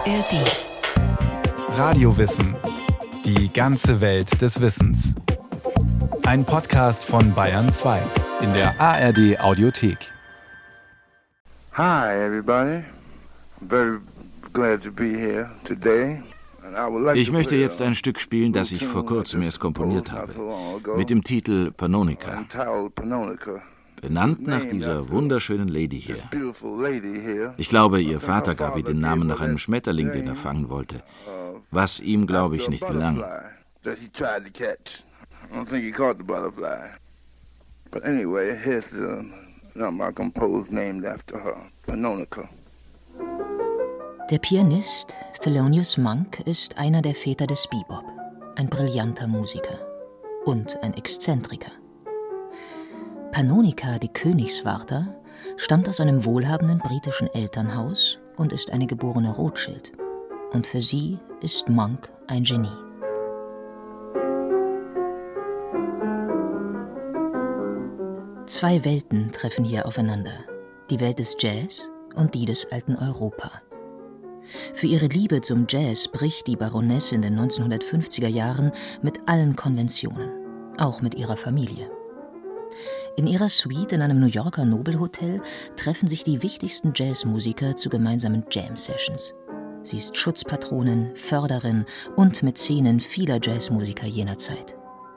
ARD. Radiowissen. Die ganze Welt des Wissens. Ein Podcast von Bayern 2 in der ARD Audiothek. Hi everybody. I'm very glad to be here today. Ich möchte jetzt ein Stück spielen, das ich vor kurzem erst komponiert habe, mit dem Titel Pannonica, benannt nach dieser wunderschönen Lady hier. Ich glaube, ihr Vater gab ihr den Namen nach einem Schmetterling, den er fangen wollte, was ihm, glaube ich, nicht gelang. Der Pianist Thelonious Monk ist einer der Väter des Bebop, ein brillanter Musiker und ein Exzentriker. Pannonica, die Königswarter, stammt aus einem wohlhabenden britischen Elternhaus und ist eine geborene Rothschild. Und für sie ist Monk ein Genie. Zwei Welten treffen hier aufeinander, die Welt des Jazz und die des alten Europa. Für ihre Liebe zum Jazz bricht die Baroness in den 1950er Jahren mit allen Konventionen, auch mit ihrer Familie. In ihrer Suite in einem New Yorker Nobelhotel treffen sich die wichtigsten Jazzmusiker zu gemeinsamen Jam-Sessions. Sie ist Schutzpatronin, Förderin und Mäzenin vieler Jazzmusiker jener Zeit.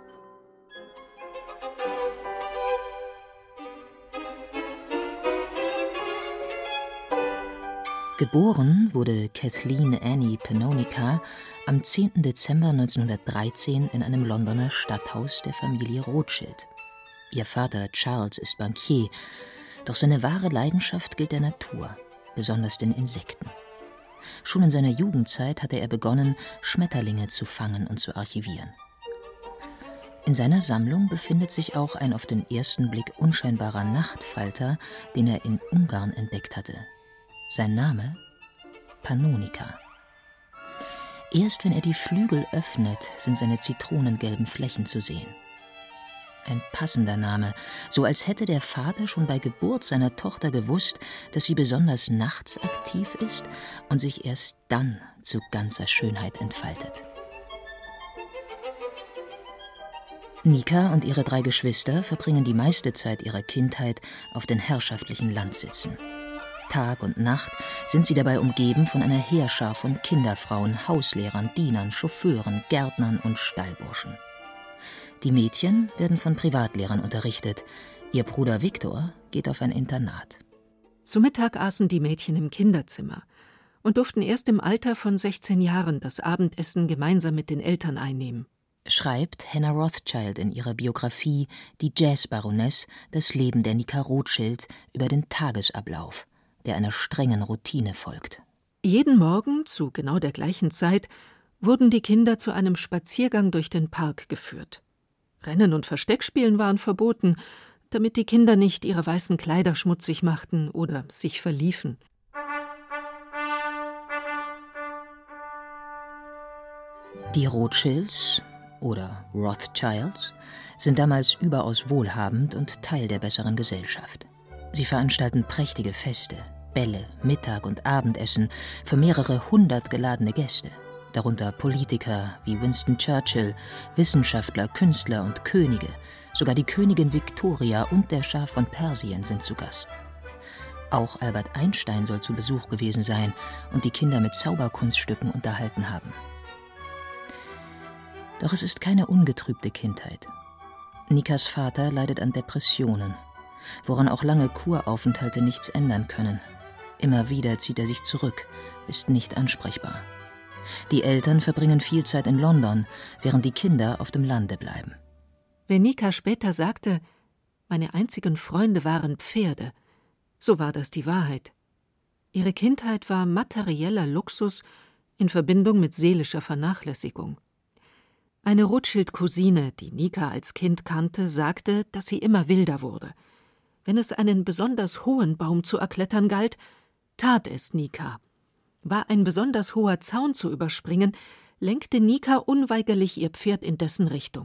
Geboren wurde Kathleen Annie Pannonica am 10. Dezember 1913 in einem Londoner Stadthaus der Familie Rothschild. Ihr Vater Charles ist Bankier, doch seine wahre Leidenschaft gilt der Natur, besonders den Insekten. Schon in seiner Jugendzeit hatte er begonnen, Schmetterlinge zu fangen und zu archivieren. In seiner Sammlung befindet sich auch ein auf den ersten Blick unscheinbarer Nachtfalter, den er in Ungarn entdeckt hatte. Sein Name? Pannonica. Erst wenn er die Flügel öffnet, sind seine zitronengelben Flächen zu sehen. Ein passender Name, so als hätte der Vater schon bei Geburt seiner Tochter gewusst, dass sie besonders nachts aktiv ist und sich erst dann zu ganzer Schönheit entfaltet. Nika und ihre 3 Geschwister verbringen die meiste Zeit ihrer Kindheit auf den herrschaftlichen Landsitzen. Tag und Nacht sind sie dabei umgeben von einer Heerschar von Kinderfrauen, Hauslehrern, Dienern, Chauffeuren, Gärtnern und Stallburschen. Die Mädchen werden von Privatlehrern unterrichtet. Ihr Bruder Viktor geht auf ein Internat. Zu Mittag aßen die Mädchen im Kinderzimmer und durften erst im Alter von 16 Jahren das Abendessen gemeinsam mit den Eltern einnehmen. Schreibt Hannah Rothschild in ihrer Biografie »Die Jazzbaroness, das Leben der Nika Rothschild« über den Tagesablauf, der einer strengen Routine folgt. Jeden Morgen, zu genau der gleichen Zeit, wurden die Kinder zu einem Spaziergang durch den Park geführt. Rennen und Versteckspielen waren verboten, damit die Kinder nicht ihre weißen Kleider schmutzig machten oder sich verliefen. Die Rothschilds oder Rothschilds sind damals überaus wohlhabend und Teil der besseren Gesellschaft. Sie veranstalten prächtige Feste, Bälle, Mittag- und Abendessen für mehrere 100 geladene Gäste, darunter Politiker wie Winston Churchill, Wissenschaftler, Künstler und Könige. Sogar die Königin Victoria und der Schah von Persien sind zu Gast. Auch Albert Einstein soll zu Besuch gewesen sein und die Kinder mit Zauberkunststücken unterhalten haben. Doch es ist keine ungetrübte Kindheit. Nikas Vater leidet an Depressionen, woran auch lange Kuraufenthalte nichts ändern können. Immer wieder zieht er sich zurück, ist nicht ansprechbar. Die Eltern verbringen viel Zeit in London, während die Kinder auf dem Lande bleiben. Wenn Nika später sagte, meine einzigen Freunde waren Pferde, so war das die Wahrheit. Ihre Kindheit war materieller Luxus in Verbindung mit seelischer Vernachlässigung. Eine Rothschild-Cousine, die Nika als Kind kannte, sagte, dass sie immer wilder wurde. Wenn es einen besonders hohen Baum zu erklettern galt, tat es Nika. War ein besonders hoher Zaun zu überspringen, lenkte Nika unweigerlich ihr Pferd in dessen Richtung.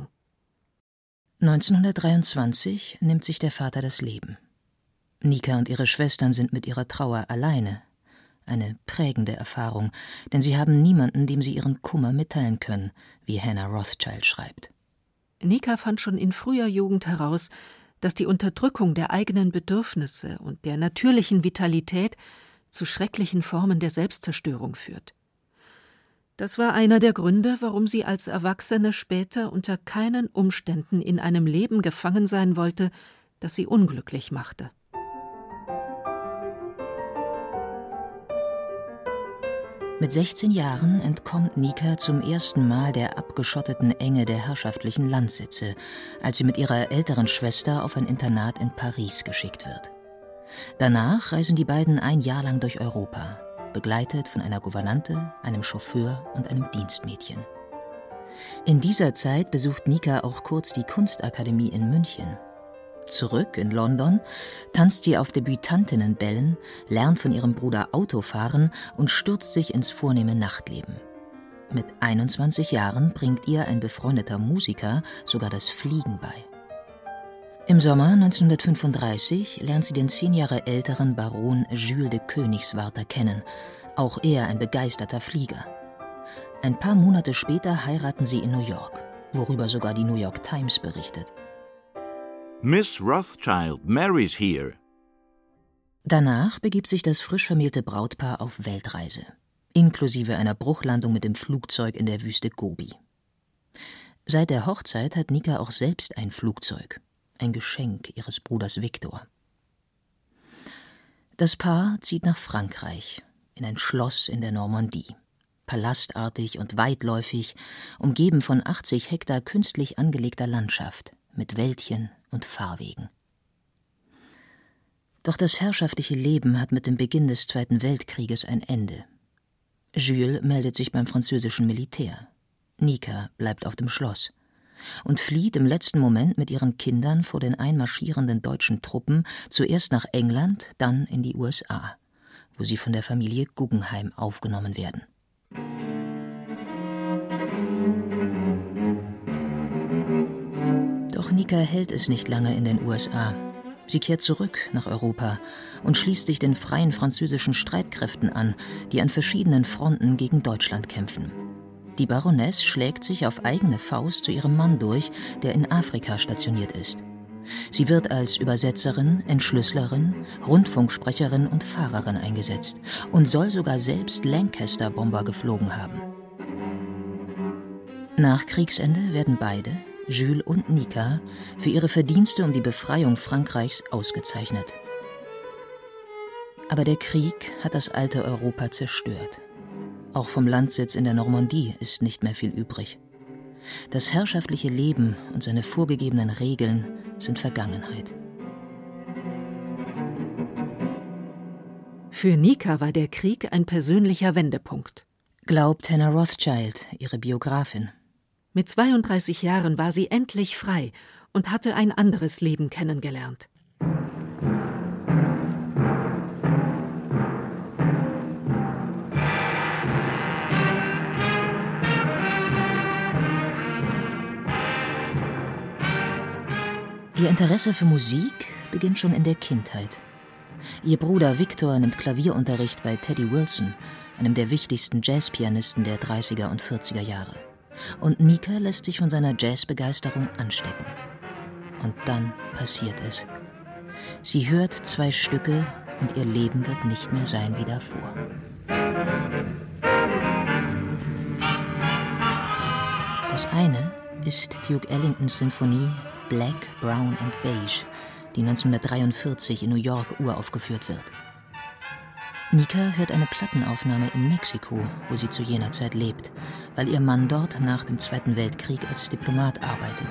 1923 nimmt sich der Vater das Leben. Nika und ihre Schwestern sind mit ihrer Trauer alleine. Eine prägende Erfahrung, denn sie haben niemanden, dem sie ihren Kummer mitteilen können, wie Hannah Rothschild schreibt. Nika fand schon in früher Jugend heraus, dass die Unterdrückung der eigenen Bedürfnisse und der natürlichen Vitalität zu schrecklichen Formen der Selbstzerstörung führt. Das war einer der Gründe, warum sie als Erwachsene später unter keinen Umständen in einem Leben gefangen sein wollte, das sie unglücklich machte. Mit 16 Jahren entkommt Nika zum ersten Mal der abgeschotteten Enge der herrschaftlichen Landsitze, als sie mit ihrer älteren Schwester auf ein Internat in Paris geschickt wird. Danach reisen die beiden ein Jahr lang durch Europa, begleitet von einer Gouvernante, einem Chauffeur und einem Dienstmädchen. In dieser Zeit besucht Nika auch kurz die Kunstakademie in München. Zurück in London tanzt sie auf Debütantinnenbällen, lernt von ihrem Bruder Autofahren und stürzt sich ins vornehme Nachtleben. Mit 21 Jahren bringt ihr ein befreundeter Musiker sogar das Fliegen bei. Im Sommer 1935 lernt sie den 10 Jahre älteren Baron Jules de Königswarter kennen, auch er ein begeisterter Flieger. Ein paar Monate später heiraten sie in New York, worüber sogar die New York Times berichtet. Miss Rothschild marries here. Danach begibt sich das frisch vermählte Brautpaar auf Weltreise, inklusive einer Bruchlandung mit dem Flugzeug in der Wüste Gobi. Seit der Hochzeit hat Nika auch selbst ein Flugzeug, ein Geschenk ihres Bruders Viktor. Das Paar zieht nach Frankreich, in ein Schloss in der Normandie, palastartig und weitläufig, umgeben von 80 Hektar künstlich angelegter Landschaft, mit Wäldchen und Fahrwegen. Doch das herrschaftliche Leben hat mit dem Beginn des Zweiten Weltkrieges ein Ende. Jules meldet sich beim französischen Militär. Nika bleibt auf dem Schloss und flieht im letzten Moment mit ihren Kindern vor den einmarschierenden deutschen Truppen zuerst nach England, dann in die USA, wo sie von der Familie Guggenheim aufgenommen werden. Doch Nika hält es nicht lange in den USA. Sie kehrt zurück nach Europa und schließt sich den freien französischen Streitkräften an, die an verschiedenen Fronten gegen Deutschland kämpfen. Die Baroness schlägt sich auf eigene Faust zu ihrem Mann durch, der in Afrika stationiert ist. Sie wird als Übersetzerin, Entschlüssellerin, Rundfunksprecherin und Fahrerin eingesetzt und soll sogar selbst Lancaster-Bomber geflogen haben. Nach Kriegsende werden beide, Jules und Nika, für ihre Verdienste um die Befreiung Frankreichs ausgezeichnet. Aber der Krieg hat das alte Europa zerstört. Auch vom Landsitz in der Normandie ist nicht mehr viel übrig. Das herrschaftliche Leben und seine vorgegebenen Regeln sind Vergangenheit. Für Nika war der Krieg ein persönlicher Wendepunkt, glaubt Hannah Rothschild, ihre Biografin. Mit 32 Jahren war sie endlich frei und hatte ein anderes Leben kennengelernt. Ihr Interesse für Musik beginnt schon in der Kindheit. Ihr Bruder Viktor nimmt Klavierunterricht bei Teddy Wilson, einem der wichtigsten Jazzpianisten der 30er und 40er Jahre. Und Nika lässt sich von seiner Jazzbegeisterung anstecken. Und dann passiert es. Sie hört 2 Stücke und ihr Leben wird nicht mehr sein wie davor. Das eine ist Duke Ellingtons Sinfonie Black, Brown and Beige, die 1943 in New York uraufgeführt wird. Nika hört eine Plattenaufnahme in Mexiko, wo sie zu jener Zeit lebt, weil ihr Mann dort nach dem Zweiten Weltkrieg als Diplomat arbeitet.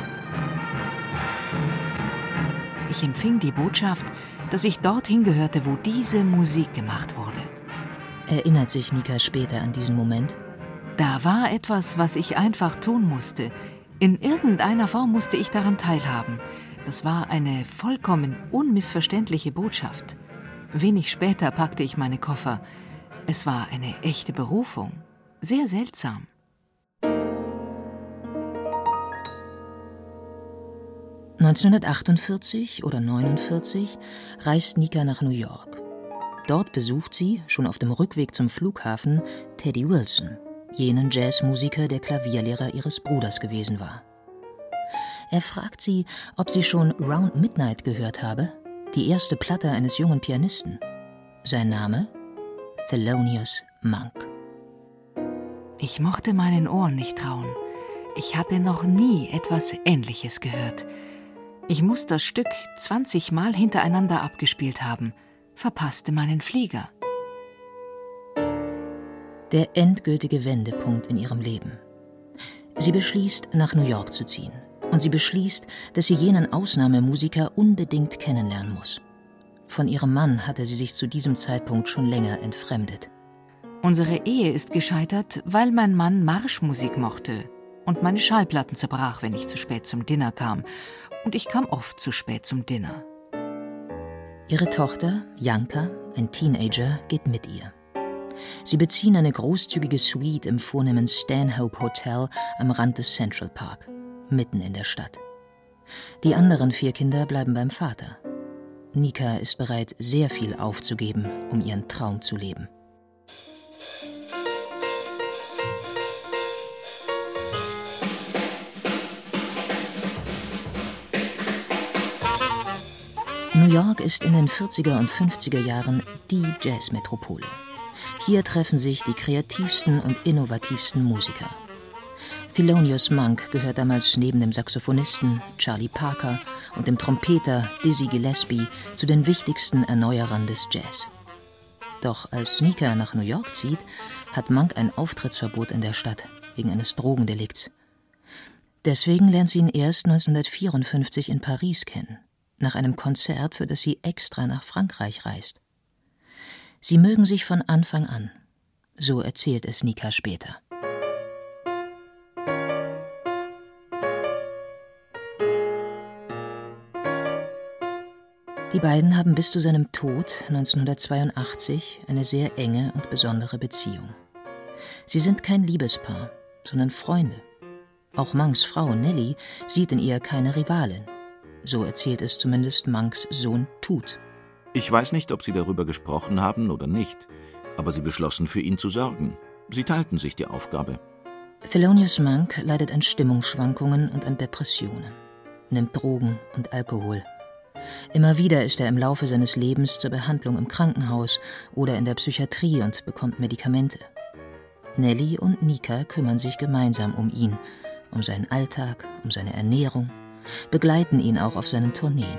Ich empfing die Botschaft, dass ich dorthin gehörte, wo diese Musik gemacht wurde. Erinnert sich Nika später an diesen Moment? Da war etwas, was ich einfach tun musste. In irgendeiner Form musste ich daran teilhaben. Das war eine vollkommen unmissverständliche Botschaft. Wenig später packte ich meine Koffer. Es war eine echte Berufung. Sehr seltsam. (1948 oder 49) reist Nika nach New York. Dort besucht sie, schon auf dem Rückweg zum Flughafen, Teddy Wilson, jenen Jazzmusiker, der Klavierlehrer ihres Bruders gewesen war. Er fragt sie, ob sie schon Round Midnight gehört habe, die erste Platte eines jungen Pianisten. Sein Name? Thelonious Monk. Ich mochte meinen Ohren nicht trauen. Ich hatte noch nie etwas Ähnliches gehört. Ich muss das Stück 20 Mal hintereinander abgespielt haben, verpasste meinen Flieger. Der endgültige Wendepunkt in ihrem Leben. Sie beschließt, nach New York zu ziehen. Und sie beschließt, dass sie jenen Ausnahmemusiker unbedingt kennenlernen muss. Von ihrem Mann hatte sie sich zu diesem Zeitpunkt schon länger entfremdet. Unsere Ehe ist gescheitert, weil mein Mann Marschmusik mochte und meine Schallplatten zerbrach, wenn ich zu spät zum Dinner kam. Und ich kam oft zu spät zum Dinner. Ihre Tochter, Janka, ein Teenager, geht mit ihr. Sie beziehen eine großzügige Suite im vornehmen Stanhope Hotel am Rand des Central Park, mitten in der Stadt. Die anderen 4 Kinder bleiben beim Vater. Nika ist bereit, sehr viel aufzugeben, um ihren Traum zu leben. New York ist in den 40er und 50er Jahren die Jazzmetropole. Hier treffen sich die kreativsten und innovativsten Musiker. Thelonious Monk gehört damals neben dem Saxophonisten Charlie Parker und dem Trompeter Dizzy Gillespie zu den wichtigsten Erneuerern des Jazz. Doch als Nika nach New York zieht, hat Monk ein Auftrittsverbot in der Stadt wegen eines Drogendelikts. Deswegen lernt sie ihn erst 1954 in Paris kennen, nach einem Konzert, für das sie extra nach Frankreich reist. Sie mögen sich von Anfang an. So erzählt es Nika später. Die beiden haben bis zu seinem Tod 1982 eine sehr enge und besondere Beziehung. Sie sind kein Liebespaar, sondern Freunde. Auch Monks Frau Nellie sieht in ihr keine Rivalin. So erzählt es zumindest Monks Sohn Tut. Ich weiß nicht, ob sie darüber gesprochen haben oder nicht, aber sie beschlossen, für ihn zu sorgen. Sie teilten sich die Aufgabe. Thelonious Monk leidet an Stimmungsschwankungen und an Depressionen, nimmt Drogen und Alkohol. Immer wieder ist er im Laufe seines Lebens zur Behandlung im Krankenhaus oder in der Psychiatrie und bekommt Medikamente. Nellie und Nika kümmern sich gemeinsam um ihn, um seinen Alltag, um seine Ernährung, begleiten ihn auch auf seinen Tourneen.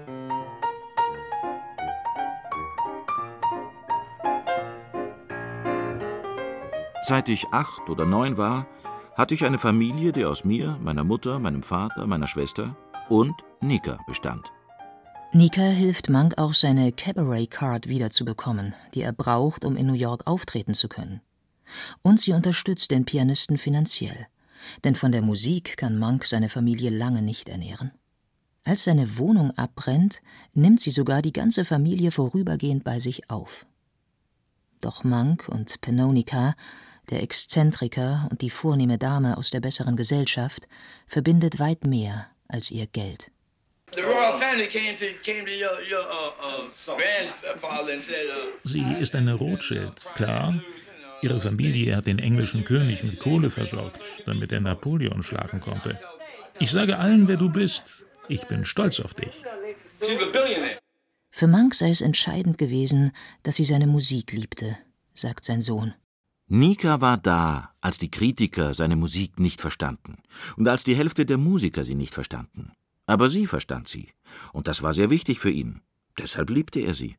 Seit ich 8 oder 9 war, hatte ich eine Familie, die aus mir, meiner Mutter, meinem Vater, meiner Schwester und Nika bestand. Nika hilft Monk auch, seine Cabaret-Card wiederzubekommen, die er braucht, um in New York auftreten zu können. Und sie unterstützt den Pianisten finanziell, denn von der Musik kann Monk seine Familie lange nicht ernähren. Als seine Wohnung abbrennt, nimmt sie sogar die ganze Familie vorübergehend bei sich auf. Doch Monk und Panonica, der Exzentriker und die vornehme Dame aus der besseren Gesellschaft, verbindet weit mehr als ihr Geld. Sie ist eine Rothschild, klar. Ihre Familie hat den englischen König mit Kohle versorgt, damit er Napoleon schlagen konnte. Ich sage allen, wer du bist. Ich bin stolz auf dich. Für Monk sei es entscheidend gewesen, dass sie seine Musik liebte, sagt sein Sohn. Nika war da, als die Kritiker seine Musik nicht verstanden und als die Hälfte der Musiker sie nicht verstanden. Aber sie verstand sie, und das war sehr wichtig für ihn. Deshalb liebte er sie.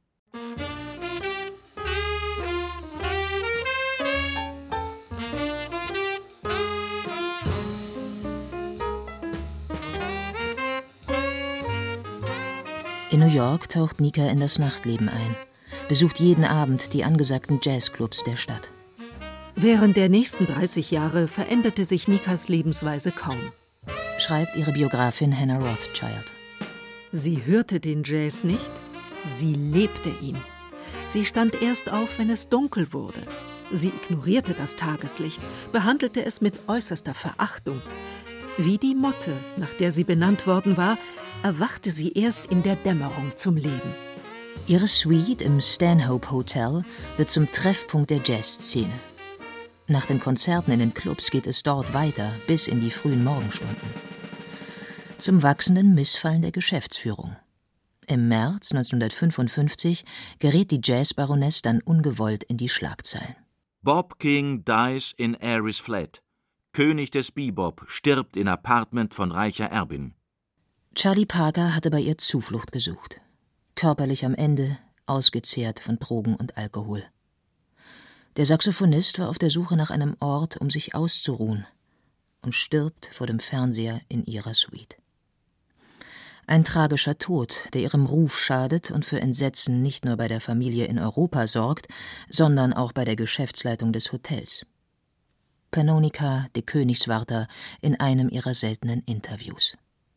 In New York taucht Nika in das Nachtleben ein, besucht jeden Abend die angesagten Jazzclubs der Stadt. Während der nächsten 30 Jahre veränderte sich Nikas Lebensweise kaum, schreibt ihre Biografin Hannah Rothschild. Sie hörte den Jazz nicht, sie lebte ihn. Sie stand erst auf, wenn es dunkel wurde. Sie ignorierte das Tageslicht, behandelte es mit äußerster Verachtung. Wie die Motte, nach der sie benannt worden war, erwachte sie erst in der Dämmerung zum Leben. Ihre Suite im Stanhope Hotel wird zum Treffpunkt der Jazzszene. Nach den Konzerten in den Clubs geht es dort weiter, bis in die frühen Morgenstunden. Zum wachsenden Missfallen der Geschäftsführung. Im März 1955 gerät die Jazzbaroness dann ungewollt in die Schlagzeilen. Bob King dies in Ayres Flat. König des Bebop stirbt in Apartment von reicher Erbin. Charlie Parker hatte bei ihr Zuflucht gesucht. Körperlich am Ende, ausgezehrt von Drogen und Alkohol. Der Saxophonist war auf der Suche nach einem Ort, um sich auszuruhen, und stirbt vor dem Fernseher in ihrer Suite. Ein tragischer Tod, der ihrem Ruf schadet und für Entsetzen nicht nur bei der Familie in Europa sorgt, sondern auch bei der Geschäftsleitung des Hotels. Pannonica de Königswarter in einem ihrer seltenen Interviews.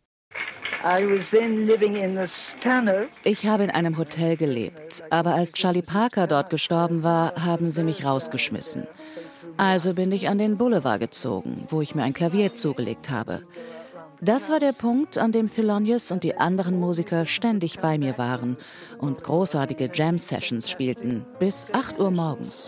Ich habe in einem Hotel gelebt, aber als Charlie Parker dort gestorben war, haben sie mich rausgeschmissen. Also bin ich an den Boulevard gezogen, wo ich mir ein Klavier zugelegt habe. Das war der Punkt, an dem Thelonious und die anderen Musiker ständig bei mir waren und großartige Jam-Sessions spielten, bis 8 Uhr morgens.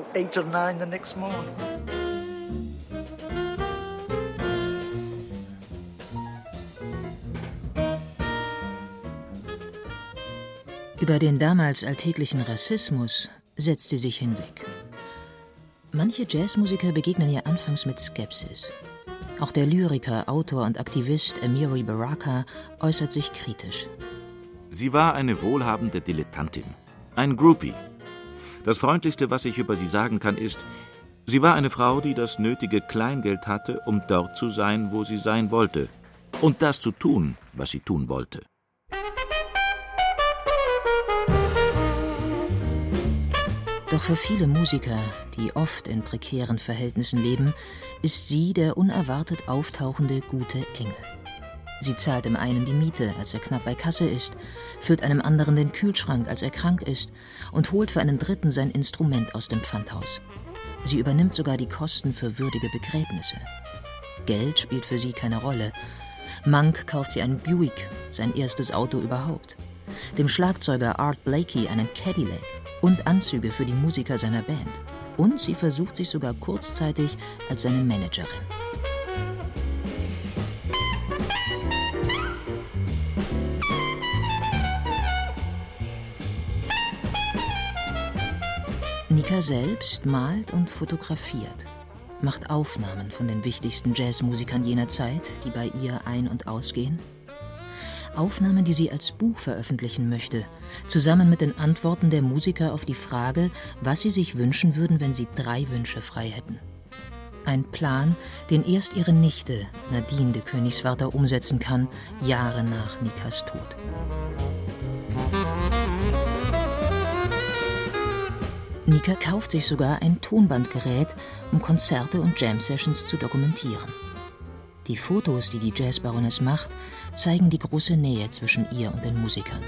Über den damals alltäglichen Rassismus setzt sie sich hinweg. Manche Jazzmusiker begegnen ihr anfangs mit Skepsis. Auch der Lyriker, Autor und Aktivist Amiri Baraka äußert sich kritisch. Sie war eine wohlhabende Dilettantin, ein Groupie. Das Freundlichste, was ich über sie sagen kann, ist, sie war eine Frau, die das nötige Kleingeld hatte, um dort zu sein, wo sie sein wollte. Und das zu tun, was sie tun wollte. Doch für viele Musiker, die oft in prekären Verhältnissen leben, ist sie der unerwartet auftauchende gute Engel. Sie zahlt dem einen die Miete, als er knapp bei Kasse ist, füllt einem anderen den Kühlschrank, als er krank ist, und holt für einen Dritten sein Instrument aus dem Pfandhaus. Sie übernimmt sogar die Kosten für würdige Begräbnisse. Geld spielt für sie keine Rolle. Monk kauft sie einen Buick, sein erstes Auto überhaupt. Dem Schlagzeuger Art Blakey einen Cadillac und Anzüge für die Musiker seiner Band. Und sie versucht sich sogar kurzzeitig als seine Managerin. Nika selbst malt und fotografiert, macht Aufnahmen von den wichtigsten Jazzmusikern jener Zeit, die bei ihr ein- und ausgehen. Aufnahmen, die sie als Buch veröffentlichen möchte, zusammen mit den Antworten der Musiker auf die Frage, was sie sich wünschen würden, wenn sie 3 Wünsche frei hätten. Ein Plan, den erst ihre Nichte Nadine de Königswarter umsetzen kann, Jahre nach Nikas Tod. Nika kauft sich sogar ein Tonbandgerät, um Konzerte und Jam-Sessions zu dokumentieren. Die Fotos, die die Jazzbaroness macht, zeigen die große Nähe zwischen ihr und den Musikern.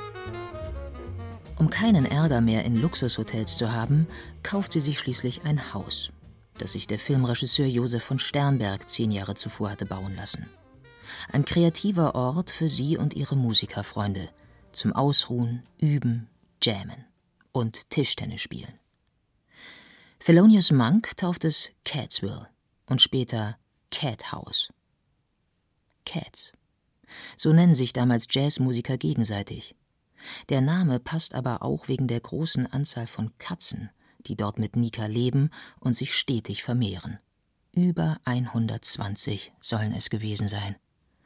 Um keinen Ärger mehr in Luxushotels zu haben, kauft sie sich schließlich ein Haus, das sich der Filmregisseur Josef von Sternberg 10 Jahre zuvor hatte bauen lassen. Ein kreativer Ort für sie und ihre Musikerfreunde, zum Ausruhen, Üben, Jammen und Tischtennis spielen. Thelonious Monk tauft es Catsville und später Cat House. Cats. So nennen sich damals Jazzmusiker gegenseitig. Der Name passt aber auch wegen der großen Anzahl von Katzen, die dort mit Nika leben und sich stetig vermehren. Über 120 sollen es gewesen sein.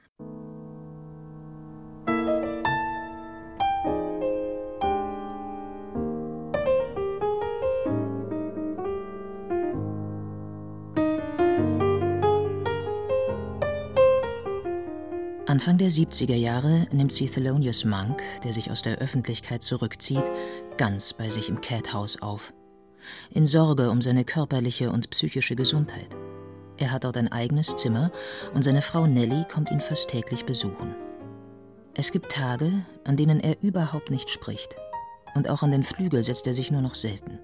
Anfang der 70er Jahre nimmt sie Thelonious Monk, der sich aus der Öffentlichkeit zurückzieht, ganz bei sich im Cat House auf. In Sorge um seine körperliche und psychische Gesundheit. Er hat dort ein eigenes Zimmer und seine Frau Nellie kommt ihn fast täglich besuchen. Es gibt Tage, an denen er überhaupt nicht spricht. Und auch an den Flügel setzt er sich nur noch selten.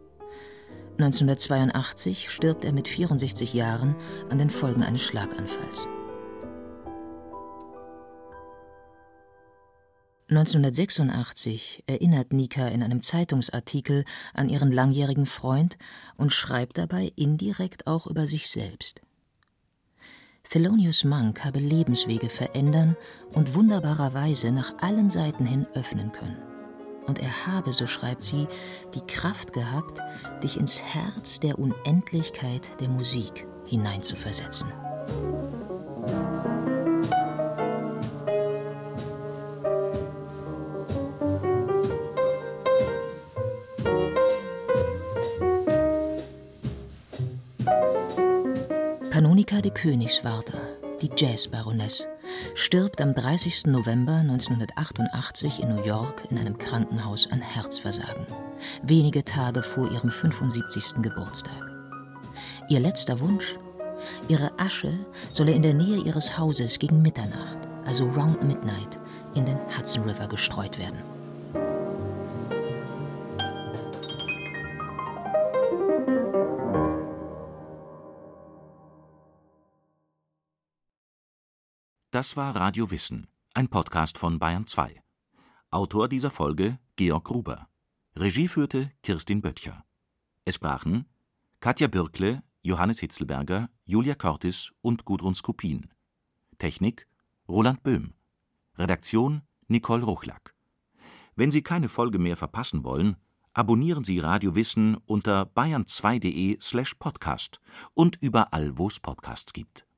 1982 stirbt er mit 64 Jahren an den Folgen eines Schlaganfalls. 1986 erinnert Nika in einem Zeitungsartikel an ihren langjährigen Freund und schreibt dabei indirekt auch über sich selbst. Thelonious Monk habe Lebenswege verändern und wunderbarerweise nach allen Seiten hin öffnen können. Und er habe, so schreibt sie, die Kraft gehabt, dich ins Herz der Unendlichkeit der Musik hineinzuversetzen. Pannonica de Königswarter, die Jazzbaroness, stirbt am 30. November 1988 in New York in einem Krankenhaus an Herzversagen, wenige Tage vor ihrem 75. Geburtstag. Ihr letzter Wunsch? Ihre Asche solle in der Nähe ihres Hauses gegen Mitternacht, also round midnight, in den Hudson River gestreut werden. Das war Radio Wissen, ein Podcast von Bayern 2. Autor dieser Folge Georg Gruber. Regie führte Kirstin Böttcher. Es sprachen Katja Bürkle, Johannes Hitzelberger, Julia Cortis und Gudrun Skupin. Technik Roland Böhm. Redaktion Nicole Ruchlack. Wenn Sie keine Folge mehr verpassen wollen, abonnieren Sie Radio Wissen unter bayern2.de/podcast und überall, wo es Podcasts gibt.